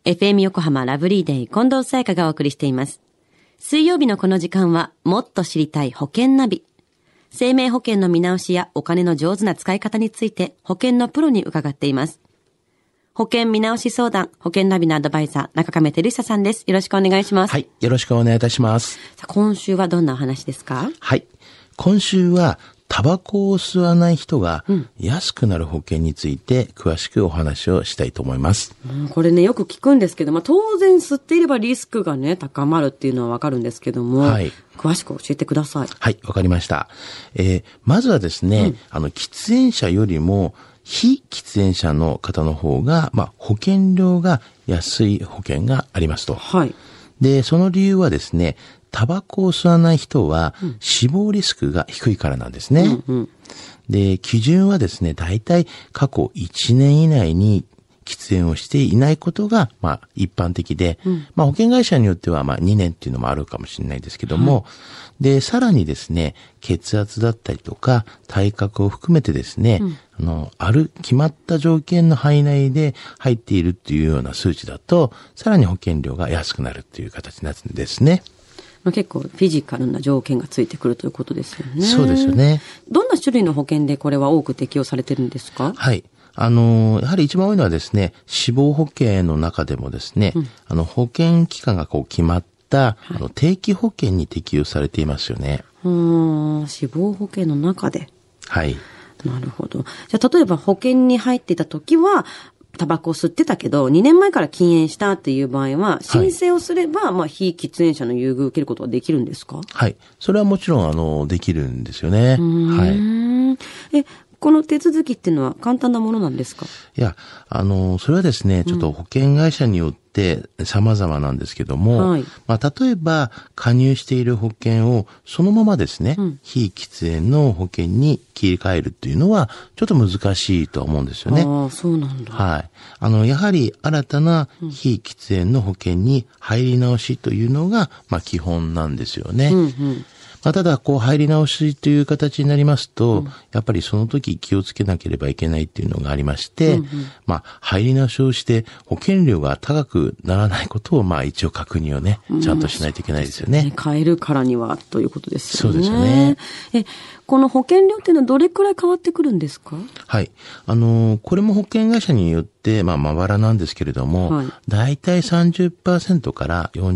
FM 横浜ラブリーデイ近藤沙耶香がお送りしています。水曜日のこの時間はもっと知りたい保険ナビ。生命保険の見直しやお金の上手な使い方について保険のプロに伺っています。保険見直し相談、保険ナビのアドバイザー、中亀照久さんです。よろしくお願いします。 はい、よろしくお願いいたします。 さあ、今週はどんなお話ですか？ はい、今週はタバコを吸わない人が安くなる保険について詳しくお話をしたいと思います。 これね、よく聞くんですけど、当然吸っていればリスクがね、高まるっていうのはわかるんですけども、はい、詳しく教えてください。 はい、わかりました。まずはですね、喫煙者よりも非喫煙者の方の方が、保険料が安い保険がありますと。 はい。 で、その理由はですね、タバコを吸わない人は死亡リスクが低いからなんですね。で、基準はですね、だいたい過去1年以内に喫煙をしていないことが、一般的で、保険会社によっては2年っていうのもあるかもしれないですけども、で、さらにですね、血圧だったりとか、体格を含めてですね、ある決まった条件の範囲内で入っているっていうような数値だと、さらに保険料が安くなるっていう形になるんですね。 結構フィジカルな条件がついてくるということですよね。 そうですよね。 どんな種類の保険でこれは多く適用されてるんですか？ はい。やはり一番多いのはですね、死亡保険の中でもですね、保険期間が決まった、定期保険に適用されていますよね。 死亡保険の中で。 はい。 なるほど。じゃあ例えば保険に入っていた時は、タバコを吸ってたけど、2年前から禁煙したっていう場合は、申請をすれば、非喫煙者の優遇を受けることはできるんですか？ はい。それはもちろん、できるんですよね。はい。 この手続きっていうのは簡単なものなんですか？ いや、それはですね、ちょっと保険会社によって様々なんですけども、例えば加入している保険をそのままですね、非喫煙の保険に切り替えるっていうのはちょっと難しいと思うんですよね。 そうなんだ。 はい。やはり新たな非喫煙の保険に入り直しというのが、基本なんですよね。ただ、入り直しという形になりますと、やっぱりその時気をつけなければいけないっていうのがありまして、入り直しをして保険料が高くならないことを、一応確認をね、ちゃんとしないといけないですよね。 変えるからにはということですよね。 そうですよね。 この保険料っていうのはどれくらい変わってくるんですか？ はい。これも保険会社によって、まばらなんですけれども、だいたい 30% から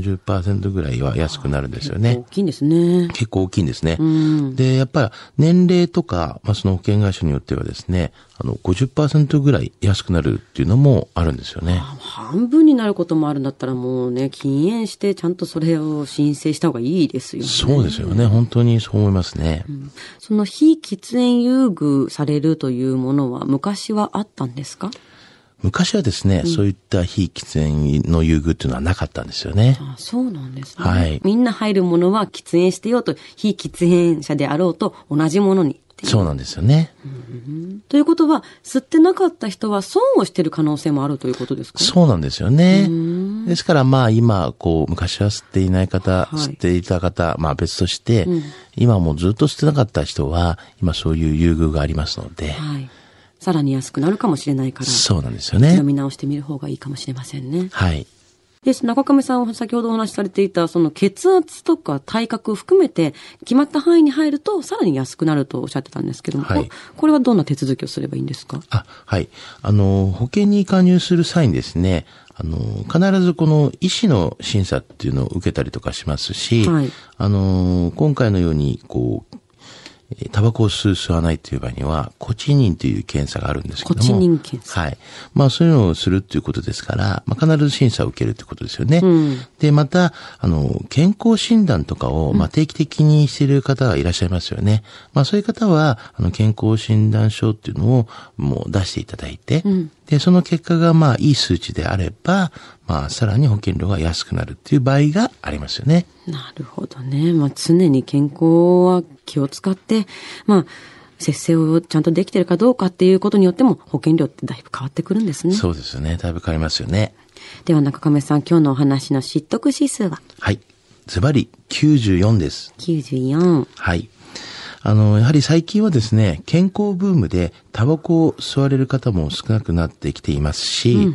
40% ぐらいは安くなるんですよね。 結構大きいんですね。 結構大きいんですね。で、やっぱり年齢とか、その保険会社によってはですね、50% ぐらい安くなるっていうのもあるんですよね。 半分になることもあるんだったらもうね、禁煙してちゃんとそれを申請した方がいいですよね。 そうですよね。本当にそう思いますね。 その非喫煙優遇されるというものは昔はあったんですか？ 昔はですね、そういった非喫煙の優遇っていうのはなかったんですよね。 そうなんですね。 はい。 みんな入るものは喫煙してようと、非喫煙者であろうと同じものに。 そうなんですよね。 ということは、吸ってなかった人は損をしている可能性もあるということですか？ そうなんですよね。ですから今、昔は吸っていない方、吸っていた方、別として、今もうずっと吸ってなかった人は、今そういう優遇がありますので、 さらに安くなるかもしれないから。 そうなんですよね。 見直してみる方がいいかもしれませんね。 はい。 で、中亀さんは先ほどお話しされていた、その血圧とか体格を含めて、決まった範囲に入ると、さらに安くなるとおっしゃってたんですけども、これはどんな手続きをすればいいんですか？ はい。保険に加入する際にですね、必ずこの医師の審査っていうのを受けたりとかしますし、今回のように、タバコを吸わないという場合には、コチニンという検査があるんですけども。 コチニン検査。 はい。そういうのをするっていうことですから、必ず審査を受けるということですよね。で、また、健康診断とかを、定期的にしている方がいらっしゃいますよね。そういう方は、健康診断書っていうのをもう出していただいて、で、その結果がいい数値であれば、さらに保険料が安くなるっていう場合がありますよね。 なるほどね。常に健康は気を使って、節制をちゃんとできてるかどうかっていうことによっても保険料ってだいぶ変わってくるんですね。 そうですよね。だいぶ変わりますよね。 では中亀さん、今日のお話の知得指数は？ はい。ズバリ94です。 94。 はい。やはり最近はですね、健康ブームでタバコを吸われる方も少なくなってきていますし、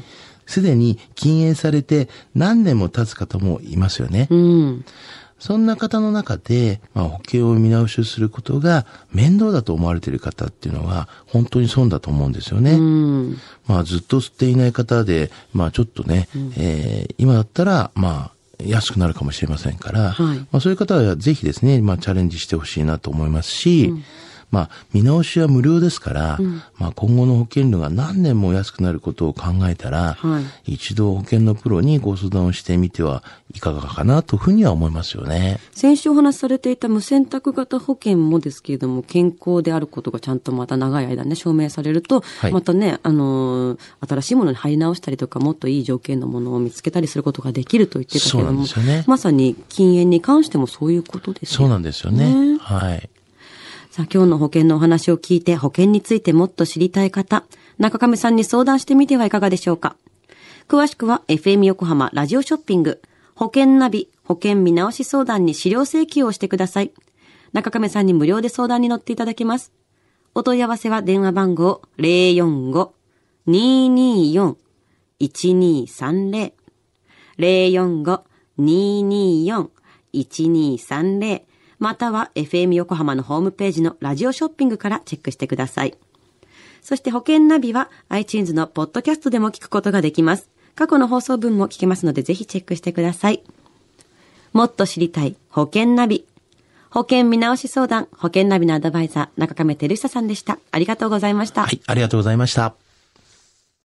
すでに禁煙されて何年も経つ方もいますよね。そんな方の中で、保険を見直しすることが面倒だと思われている方っていうのは本当に損だと思うんですよね。ずっと吸っていない方で、ちょっとね、今だったら、安くなるかもしれませんから、そういう方はぜひですね、チャレンジしてほしいなと思いますし、見直しは無料ですから、今後の保険料が何年も安くなることを考えたら、一度保険のプロにご相談をしてみてはいかがかなというふうには思いますよね。 先週お話しされていた無選択型保険もですけれども、健康であることがちゃんとまた長い間ね、証明されると、またね、新しいものに入り直したりとか、もっといい条件のものを見つけたりすることができると言ってたけれども、まさに禁煙に関してもそういうことですよね。 そうなんですよね。はい。 さあ、今日の保険のお話を聞いて保険についてもっと知りたい方、中亀さんに相談してみてはいかがでしょうか。詳しくは FM 横浜ラジオショッピング保険ナビ保険見直し相談に資料請求をしてください。中亀さんに無料で相談に乗っていただけます。お問い合わせは電話番号 045-224-1230 045-224-1230または FM 横浜のホームページのラジオショッピングからチェックしてください。そして保険ナビは iTunes のポッドキャストでも聞くことができます。過去の放送分も聞けますのでぜひチェックしてください。もっと知りたい保険ナビ。保険見直し相談、保険ナビのアドバイザー、中亀照久さんでした。ありがとうございました。 はい、ありがとうございました。